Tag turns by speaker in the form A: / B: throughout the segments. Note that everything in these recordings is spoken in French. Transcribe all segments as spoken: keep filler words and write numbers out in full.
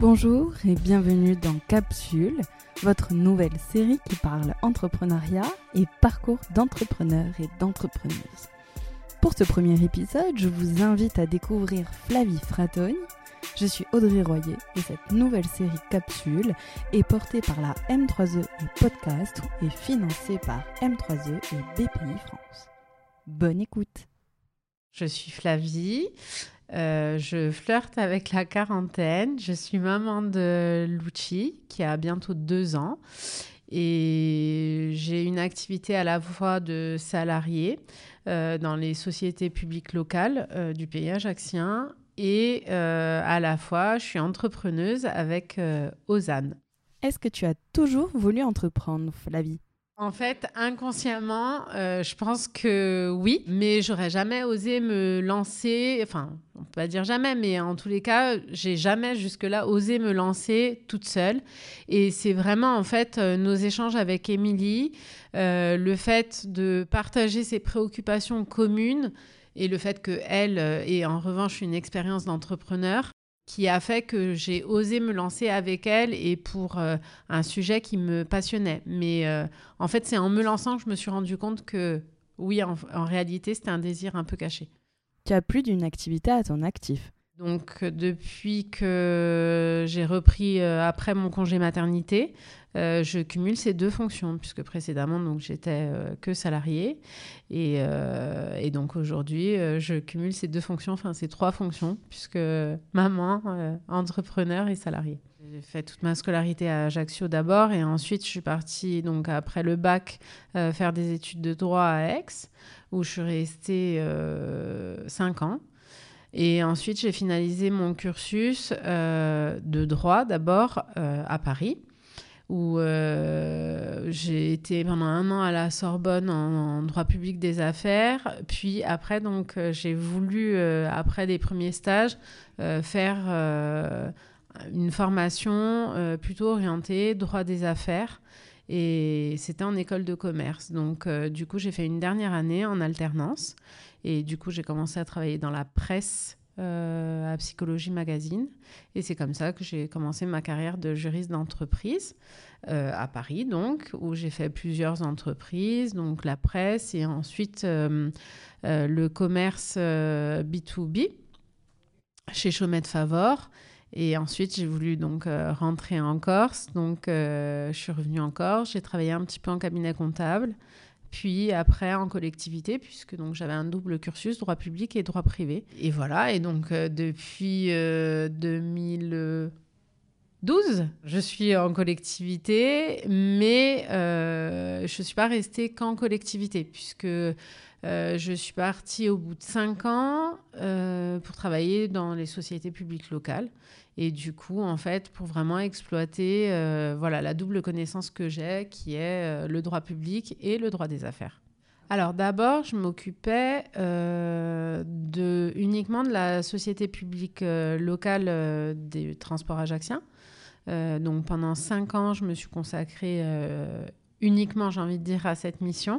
A: Bonjour et bienvenue dans Capsule, votre nouvelle série qui parle entrepreneuriat et parcours d'entrepreneurs et d'entrepreneuses. Pour ce premier épisode, je vous invite à découvrir Flavie Fratogne. Je suis Audrey Royer et cette nouvelle série Capsule est portée par la M trois E et Podcast et financée par M trois E et B P I France. Bonne écoute.
B: Je suis Flavie, euh, je flirte avec la quarantaine, je suis maman de Lucci qui a bientôt deux ans et j'ai une activité à la fois de salarié euh, dans les sociétés publiques locales euh, du pays ajaccien et euh, à la fois je suis entrepreneuse avec euh, Ozanne.
A: Est-ce que tu as toujours voulu entreprendre, Flavie ?
B: En fait, inconsciemment, euh, je pense que oui, mais j'aurais jamais osé me lancer, enfin, on peut pas dire jamais, mais en tous les cas, j'ai jamais jusque-là osé me lancer toute seule. Et c'est vraiment, en fait, euh, nos échanges avec Émilie, euh, le fait de partager ses préoccupations communes et le fait qu'elle euh, ait en revanche une expérience d'entrepreneur, qui a fait que j'ai osé me lancer avec elle et pour euh, un sujet qui me passionnait. Mais euh, en fait, c'est en me lançant que je me suis rendu compte que oui, en, en réalité, c'était un désir un peu caché.
A: Tu as plus d'une activité à ton actif.
B: Donc, depuis que j'ai repris euh, après mon congé maternité, euh, je cumule ces deux fonctions, puisque précédemment, donc, j'étais euh, que salariée. Et, euh, et donc, aujourd'hui, euh, je cumule ces deux fonctions, enfin, ces trois fonctions, puisque maman, euh, entrepreneur et salariée. J'ai fait toute ma scolarité à Ajaccio d'abord, et ensuite, je suis partie, donc, après le bac, euh, faire des études de droit à Aix, où je suis restée euh, cinq ans. Et ensuite, j'ai finalisé mon cursus euh, de droit d'abord euh, à Paris, où euh, j'ai été pendant un an à la Sorbonne en, en droit public des affaires. Puis après, donc, euh, j'ai voulu, euh, après des premiers stages, euh, faire euh, une formation euh, plutôt orientée droit des affaires. Et c'était en école de commerce. Donc, euh, du coup, j'ai fait une dernière année en alternance. Et du coup, j'ai commencé à travailler dans la presse euh, à Psychologie Magazine. Et c'est comme ça que j'ai commencé ma carrière de juriste d'entreprise euh, à Paris, donc, où j'ai fait plusieurs entreprises, donc la presse et ensuite euh, euh, le commerce euh, B deux B chez Chaumette Favor. Et ensuite, j'ai voulu donc euh, rentrer en Corse. Donc, euh, je suis revenue en Corse. J'ai travaillé un petit peu en cabinet comptable. Puis après, en collectivité, puisque donc, j'avais un double cursus, droit public et droit privé. Et voilà. Et donc, euh, depuis euh, deux mille douze, je suis en collectivité. Mais euh, je ne suis pas restée qu'en collectivité, puisque... Euh, je suis partie au bout de cinq ans euh, pour travailler dans les sociétés publiques locales. Et du coup, en fait, pour vraiment exploiter euh, voilà, la double connaissance que j'ai, qui est euh, le droit public et le droit des affaires. Alors d'abord, je m'occupais euh, de, uniquement de la société publique euh, locale euh, des transports ajacciens. Euh, donc pendant cinq ans, je me suis consacrée euh, uniquement, j'ai envie de dire, à cette mission.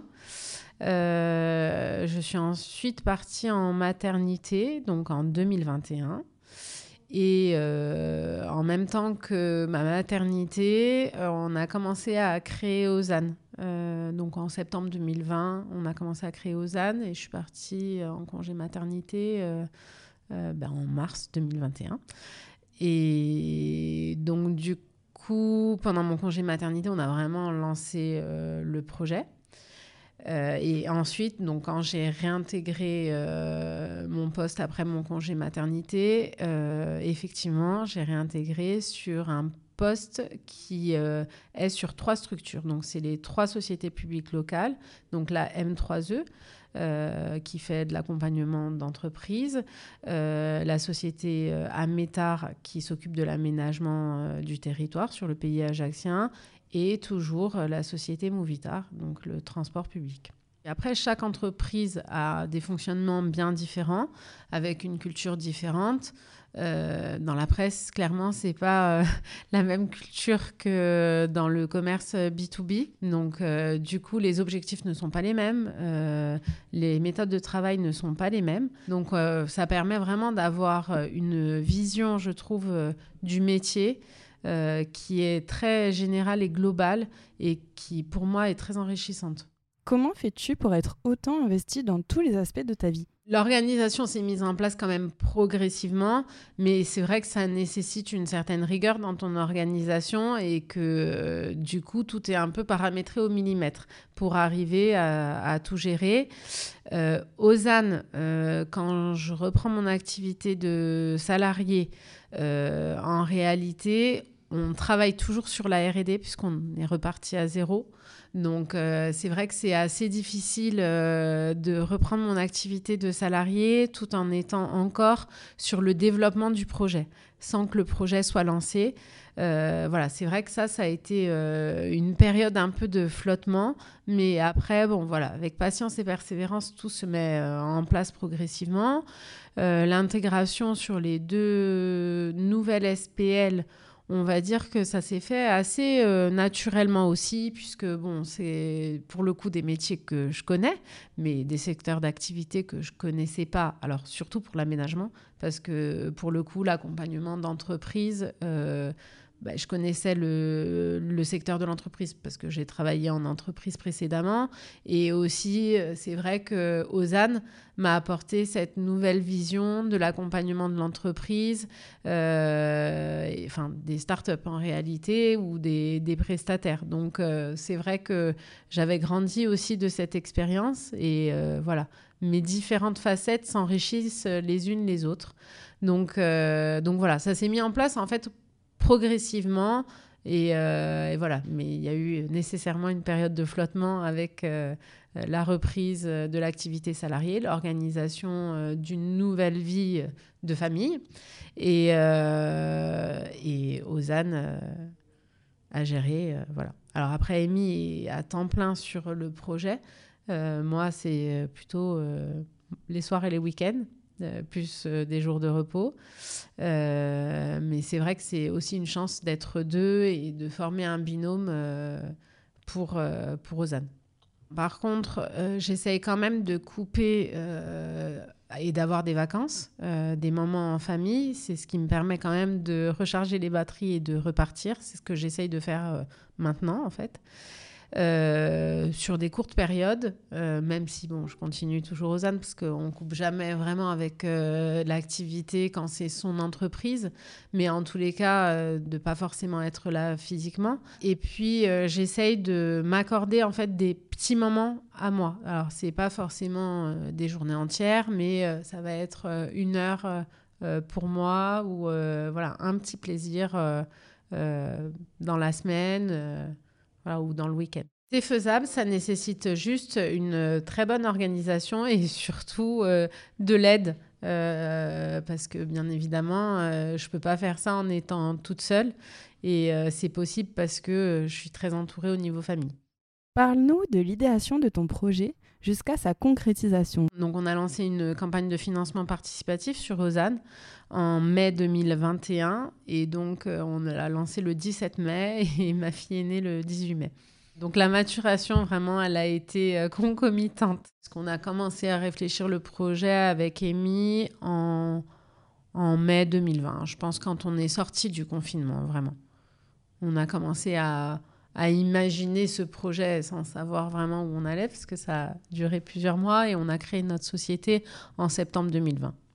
B: Euh, je suis ensuite partie en maternité, donc en deux mille vingt et un. Et euh, en même temps que ma maternité, euh, on a commencé à créer Ozanne. Euh, donc en septembre deux mille vingt, on a commencé à créer Ozanne et je suis partie en congé maternité euh, euh, ben, en mars deux mille vingt et un. Et donc du coup, pendant mon congé maternité, on a vraiment lancé euh, le projet. Euh, et ensuite, donc, quand j'ai réintégré euh, mon poste après mon congé maternité, euh, effectivement, j'ai réintégré sur un poste qui euh, est sur trois structures. Donc, c'est les trois sociétés publiques locales, donc la M trois E, euh, qui fait de l'accompagnement d'entreprise, euh, la société euh, Amétar, qui s'occupe de l'aménagement euh, du territoire sur le pays ajaccien, et toujours la société Movitar, donc le transport public. Et après, chaque entreprise a des fonctionnements bien différents, avec une culture différente. Euh, dans la presse, clairement, c'est pas euh, la même culture que dans le commerce B deux B. Donc, euh, du coup, les objectifs ne sont pas les mêmes, euh, les méthodes de travail ne sont pas les mêmes. Donc, euh, ça permet vraiment d'avoir une vision, je trouve, euh, du métier euh, qui est très générale et globale et qui, pour moi, est très enrichissante.
A: Comment fais-tu pour être autant investi dans tous les aspects de ta vie ?
B: L'organisation s'est mise en place quand même progressivement, mais c'est vrai que ça nécessite une certaine rigueur dans ton organisation et que euh, du coup, tout est un peu paramétré au millimètre pour arriver à, à tout gérer. Euh, Ozanne, euh, quand je reprends mon activité de salarié, euh, en réalité, on travaille toujours sur la R et D puisqu'on est reparti à zéro. Donc, euh, c'est vrai que c'est assez difficile euh, de reprendre mon activité de salarié tout en étant encore sur le développement du projet, sans que le projet soit lancé. Euh, voilà, c'est vrai que ça, ça a été euh, une période un peu de flottement. Mais après, bon, voilà, avec patience et persévérance, tout se met euh, en place progressivement. Euh, l'intégration sur les deux nouvelles S P L, on va dire que ça s'est fait assez euh, naturellement aussi, puisque bon, c'est pour le coup des métiers que je connais, mais des secteurs d'activité que je ne connaissais pas. Alors surtout pour l'aménagement, parce que pour le coup, l'accompagnement d'entreprise, euh, bah, je connaissais le, le secteur de l'entreprise parce que j'ai travaillé en entreprise précédemment. Et aussi, c'est vrai que Ozanne m'a apporté cette nouvelle vision de l'accompagnement de l'entreprise, euh, et, enfin des startups en réalité ou des, des prestataires. Donc, euh, c'est vrai que j'avais grandi aussi de cette expérience et euh, voilà, mes différentes facettes s'enrichissent les unes les autres. Donc, euh, donc voilà, ça s'est mis en place en fait progressivement et, euh, et voilà, mais il y a eu nécessairement une période de flottement avec euh, la reprise de l'activité salariée, l'organisation euh, d'une nouvelle vie de famille et, euh, et Ozanne euh, à gérer, euh, voilà. Alors après, Amy est à temps plein sur le projet. Euh, moi, c'est plutôt euh, les soirs et les week-ends. Euh, plus euh, des jours de repos. Euh, mais c'est vrai que c'est aussi une chance d'être deux et de former un binôme euh, pour, euh, pour Ozanne. Par contre, euh, j'essaye quand même de couper euh, et d'avoir des vacances, euh, des moments en famille. C'est ce qui me permet quand même de recharger les batteries et de repartir. C'est ce que j'essaye de faire euh, maintenant, en fait. Euh, sur des courtes périodes, euh, même si bon, je continue toujours Ozanne parce qu'on ne coupe jamais vraiment avec euh, l'activité quand c'est son entreprise, mais en tous les cas, euh, de ne pas forcément être là physiquement. Et puis, euh, j'essaye de m'accorder en fait des petits moments à moi. Alors, ce n'est pas forcément euh, des journées entières, mais euh, ça va être euh, une heure euh, pour moi ou euh, voilà, un petit plaisir euh, euh, dans la semaine. Euh, Voilà, ou dans le week-end. C'est faisable, ça nécessite juste une très bonne organisation et surtout euh, de l'aide. Euh, parce que bien évidemment, euh, je ne peux pas faire ça en étant toute seule. Et euh, c'est possible parce que je suis très entourée au niveau famille.
A: Parle-nous de l'idéation de ton projet jusqu'à sa concrétisation.
B: Donc, on a lancé une campagne de financement participatif sur Ozanne en mai deux mille vingt et un. Et donc, euh, on l'a lancé le dix-sept mai et ma fille est née le dix-huit mai. Donc, la maturation, vraiment, elle a été euh, concomitante. Parce qu'on a commencé à réfléchir le projet avec Amy en, en mai deux mille vingt. Je pense quand on est sorti du confinement, vraiment. On a commencé à... à imaginer ce projet sans savoir vraiment où on allait, parce que ça a duré plusieurs mois et on a créé notre société en septembre deux mille vingt.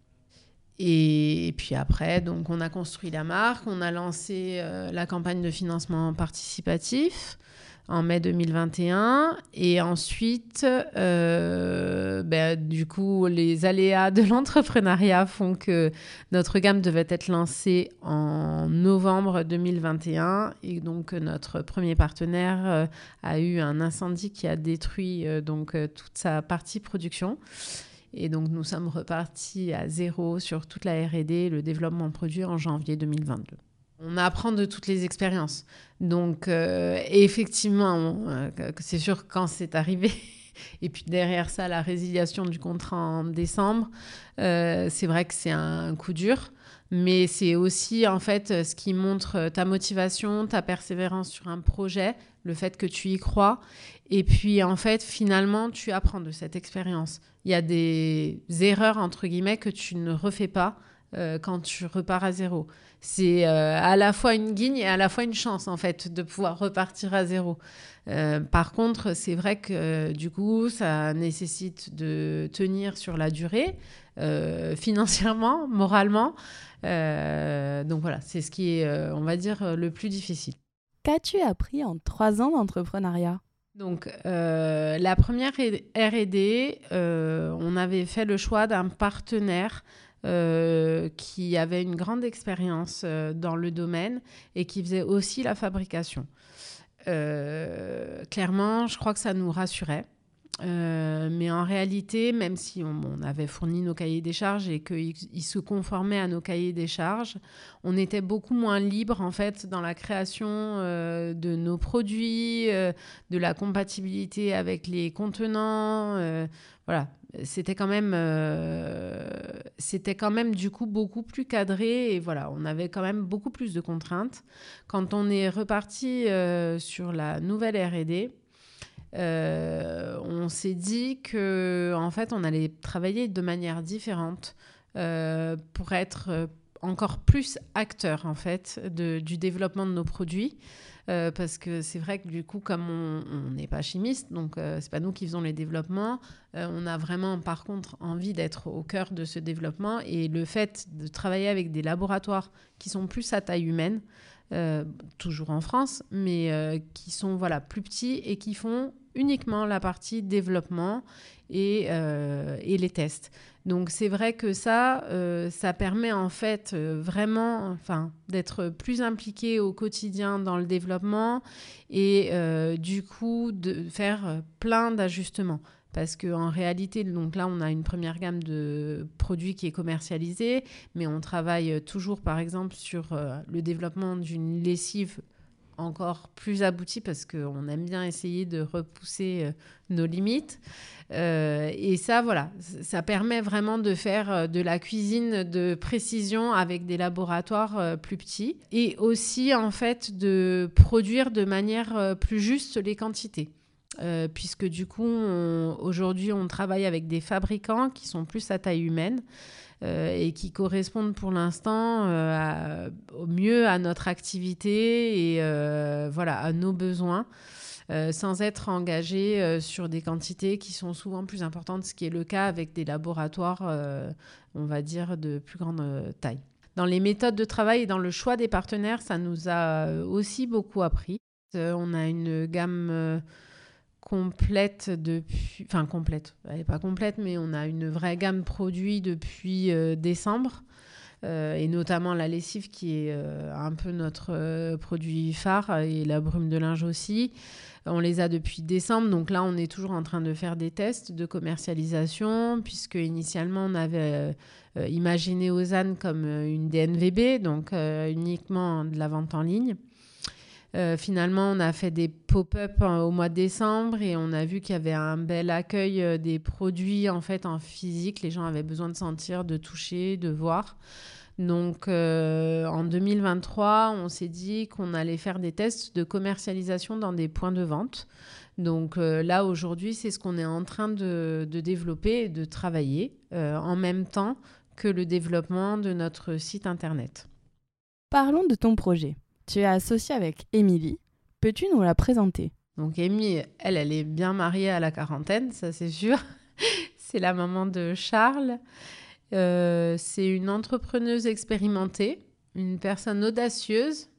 B: Et puis après, donc, on a construit la marque, on a lancé euh, la campagne de financement participatif en mai deux mille vingt et un. Et ensuite, euh, ben, du coup, les aléas de l'entrepreneuriat font que notre gamme devait être lancée en novembre deux mille vingt et un. Et donc, notre premier partenaire euh, a eu un incendie qui a détruit euh, donc, euh, toute sa partie production. Et donc, nous sommes repartis à zéro sur toute la R et D, le développement produit en janvier deux mille vingt-deux. On apprend de toutes les expériences. Donc, euh, effectivement, euh, c'est sûr quand c'est arrivé. Et puis derrière ça, la résiliation du contrat en décembre, euh, c'est vrai que c'est un coup dur. Mais c'est aussi, en fait, ce qui montre ta motivation, ta persévérance sur un projet, le fait que tu y crois. Et puis, en fait, finalement, tu apprends de cette expérience. Il y a des erreurs, entre guillemets, que tu ne refais pas euh, quand tu repars à zéro. C'est euh, à la fois une guigne et à la fois une chance, en fait, de pouvoir repartir à zéro. Euh, par contre, c'est vrai que, euh, du coup, ça nécessite de tenir sur la durée, euh, financièrement, moralement. Euh, donc voilà, c'est ce qui est, euh, on va dire, le plus difficile.
A: Qu'as-tu appris en trois ans d'entrepreneuriat ?
B: Donc, euh, la première R et D, euh, on avait fait le choix d'un partenaire euh, qui avait une grande expérience euh, dans le domaine et qui faisait aussi la fabrication. Euh, clairement, je crois que ça nous rassurait. Euh, mais en réalité, même si on, on avait fourni nos cahiers des charges et qu'ils se conformaient à nos cahiers des charges, on était beaucoup moins libre en fait dans la création euh, de nos produits, euh, de la compatibilité avec les contenants. Euh, voilà, c'était quand même, euh, c'était quand même du coup beaucoup plus cadré et voilà, on avait quand même beaucoup plus de contraintes. Quand on est reparti euh, sur la nouvelle R et D, Euh, on s'est dit que en fait on allait travailler de manière différente euh, pour être encore plus acteur en fait de, du développement de nos produits euh, parce que c'est vrai que du coup comme on n'est pas chimiste donc euh, c'est pas nous qui faisons les développements euh, on a vraiment par contre envie d'être au cœur de ce développement et le fait de travailler avec des laboratoires qui sont plus à taille humaine Euh, toujours en France, mais euh, qui sont voilà, plus petits et qui font uniquement la partie développement et, euh, et les tests. Donc c'est vrai que ça, euh, ça permet en fait euh, vraiment enfin, d'être plus impliqué au quotidien dans le développement et euh, du coup de faire plein d'ajustements. Parce qu'en réalité, donc là, on a une première gamme de produits qui est commercialisée, mais on travaille toujours, par exemple, sur euh, le développement d'une lessive encore plus aboutie parce qu'on aime bien essayer de repousser euh, nos limites. Euh, et ça, voilà, ça permet vraiment de faire de la cuisine de précision avec des laboratoires euh, plus petits et aussi, en fait, de produire de manière euh, plus juste les quantités. Euh, puisque du coup, on, aujourd'hui, on travaille avec des fabricants qui sont plus à taille humaine euh, et qui correspondent pour l'instant euh, à, au mieux à notre activité et euh, voilà, à nos besoins, euh, sans être engagés euh, sur des quantités qui sont souvent plus importantes, ce qui est le cas avec des laboratoires, euh, on va dire, de plus grande euh, taille. Dans les méthodes de travail et dans le choix des partenaires, ça nous a aussi beaucoup appris. Euh, on a une gamme... Euh, complète depuis... Enfin, complète. Elle n'est pas complète, mais on a une vraie gamme produits depuis euh, décembre. Euh, et notamment la lessive qui est euh, un peu notre euh, produit phare et la brume de linge aussi. On les a depuis décembre. Donc là, on est toujours en train de faire des tests de commercialisation puisque initialement, on avait euh, imaginé Ozan comme une D N V B, donc euh, uniquement de la vente en ligne. Euh, finalement, on a fait des pop-up hein, au mois de décembre et on a vu qu'il y avait un bel accueil euh, des produits en fait en physique. Les gens avaient besoin de sentir, de toucher, de voir. Donc, euh, en deux mille vingt-trois, on s'est dit qu'on allait faire des tests de commercialisation dans des points de vente. Donc euh, là, aujourd'hui, c'est ce qu'on est en train de, de développer et de travailler euh, en même temps que le développement de notre site internet.
A: Parlons de ton projet. Tu es associée avec Émilie. Peux-tu nous la présenter ?
B: Donc Émilie, elle, elle est bien mariée à la quarantaine, ça c'est sûr. C'est la maman de Charles. Euh, c'est une entrepreneuse expérimentée, une personne audacieuse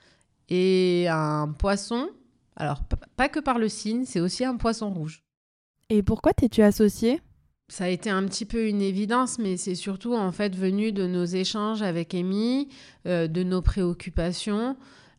B: et un poisson. Alors, p- pas que par le signe, c'est aussi un poisson rouge.
A: Et pourquoi t'es-tu associée ?
B: Ça a été un petit peu une évidence, mais c'est surtout en fait venu de nos échanges avec Amy, euh, de nos préoccupations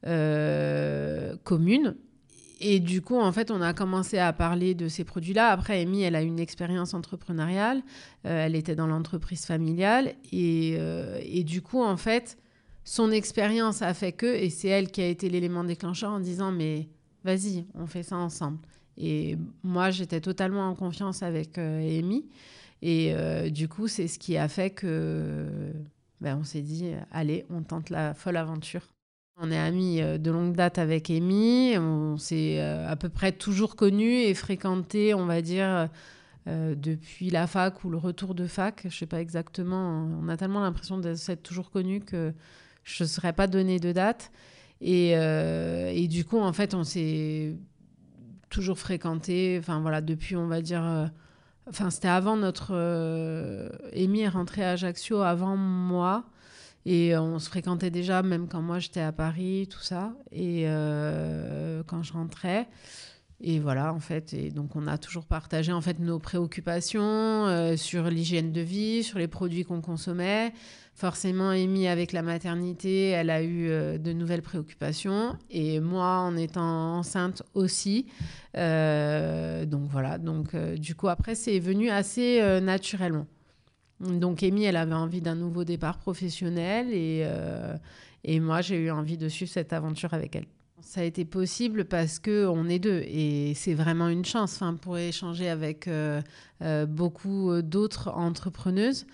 B: euh, communes. Et du coup, en fait, on a commencé à parler de ces produits-là. Après, Amy, elle a une expérience entrepreneuriale. Euh, elle était dans l'entreprise familiale. Et, euh, et du coup, en fait, son expérience a fait que, et c'est elle qui a été l'élément déclencheur en disant, mais vas-y, on fait ça ensemble. Et moi, j'étais totalement en confiance avec euh, Amy. Et euh, du coup, c'est ce qui a fait que ben, on s'est dit, allez, on tente la folle aventure. On est amis de longue date avec Amy, on s'est à peu près toujours connus et fréquentés, on va dire, euh, depuis la fac ou le retour de fac. Je ne sais pas exactement, on a tellement l'impression de s'être toujours connus que je ne saurais pas donner de date. Et, euh, et du coup, en fait, on s'est toujours fréquentés, enfin voilà, depuis, on va dire... Euh, enfin, c'était avant notre... Euh, Amy est rentrée à Ajaccio avant moi. Et on se fréquentait déjà, même quand moi j'étais à Paris, tout ça. Et euh, quand je rentrais. Et voilà, en fait. Et donc, on a toujours partagé en fait, nos préoccupations euh, sur l'hygiène de vie, sur les produits qu'on consommait. Forcément, Amy, avec la maternité, elle a eu euh, de nouvelles préoccupations. Et moi, en étant enceinte aussi. Euh, donc, voilà. Donc, euh, du coup, après, c'est venu assez euh, naturellement. Donc, Amy, elle avait envie d'un nouveau départ professionnel et, euh, et moi, j'ai eu envie de suivre cette aventure avec elle. Ça a été possible parce qu'on est deux et c'est vraiment une chance. Enfin, pour échanger avec euh, euh, beaucoup d'autres entrepreneuses,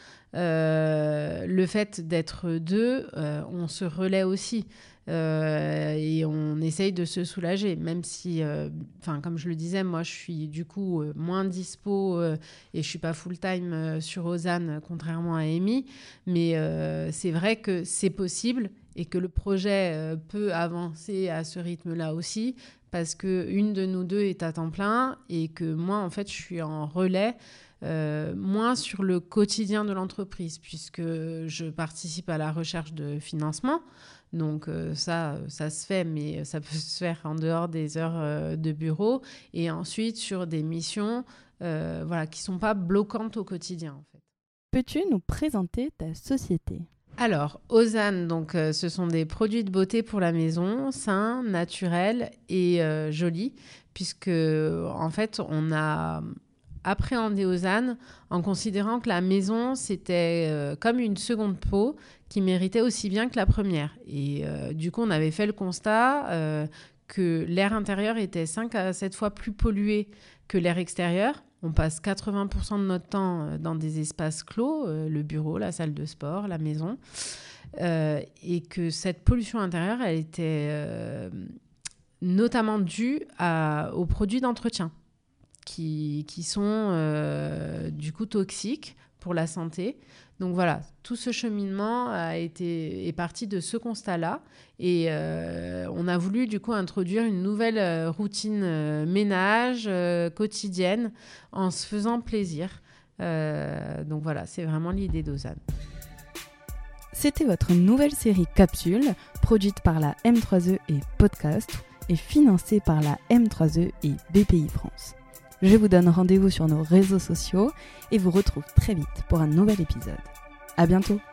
B: euh, le fait d'être deux, euh, on se relaie aussi. Euh, et on essaye de se soulager, même si, euh, comme je le disais, moi je suis du coup euh, moins dispo euh, et je suis pas full-time euh, sur Ozan, contrairement à Amy, mais euh, c'est vrai que c'est possible et que le projet euh, peut avancer à ce rythme-là aussi, parce qu'une de nous deux est à temps plein et que moi, en fait, je suis en relais, euh, moins sur le quotidien de l'entreprise, puisque je participe à la recherche de financement. Donc euh, ça, ça se fait, mais ça peut se faire en dehors des heures euh, de bureau. Et ensuite, sur des missions euh, voilà, qui ne sont pas bloquantes au quotidien, en fait.
A: Peux-tu nous présenter ta société ?
B: Alors, Ozan, donc, euh, ce sont des produits de beauté pour la maison, sains, naturels et euh, jolis, puisque, en fait, on a appréhendé Ozan en considérant que la maison, c'était euh, comme une seconde peau qui méritait aussi bien que la première. Et euh, du coup, on avait fait le constat euh, que l'air intérieur était cinq à sept fois plus pollué que l'air extérieur. On passe quatre-vingts pour cent de notre temps dans des espaces clos, euh, le bureau, la salle de sport, la maison, euh, et que cette pollution intérieure, elle était euh, notamment due à, aux produits d'entretien qui, qui sont euh, du coup toxiques pour la santé. Donc voilà, tout ce cheminement a été, est parti de ce constat-là et euh, on a voulu du coup introduire une nouvelle euh, routine euh, ménage euh, quotidienne en se faisant plaisir. Euh, donc voilà, c'est vraiment l'idée d'Ozan.
A: C'était votre nouvelle série Capsule, produite par la M trois E et Podcast et financée par la M trois E et B P I France. Je vous donne rendez-vous sur nos réseaux sociaux et vous retrouve très vite pour un nouvel épisode. À bientôt!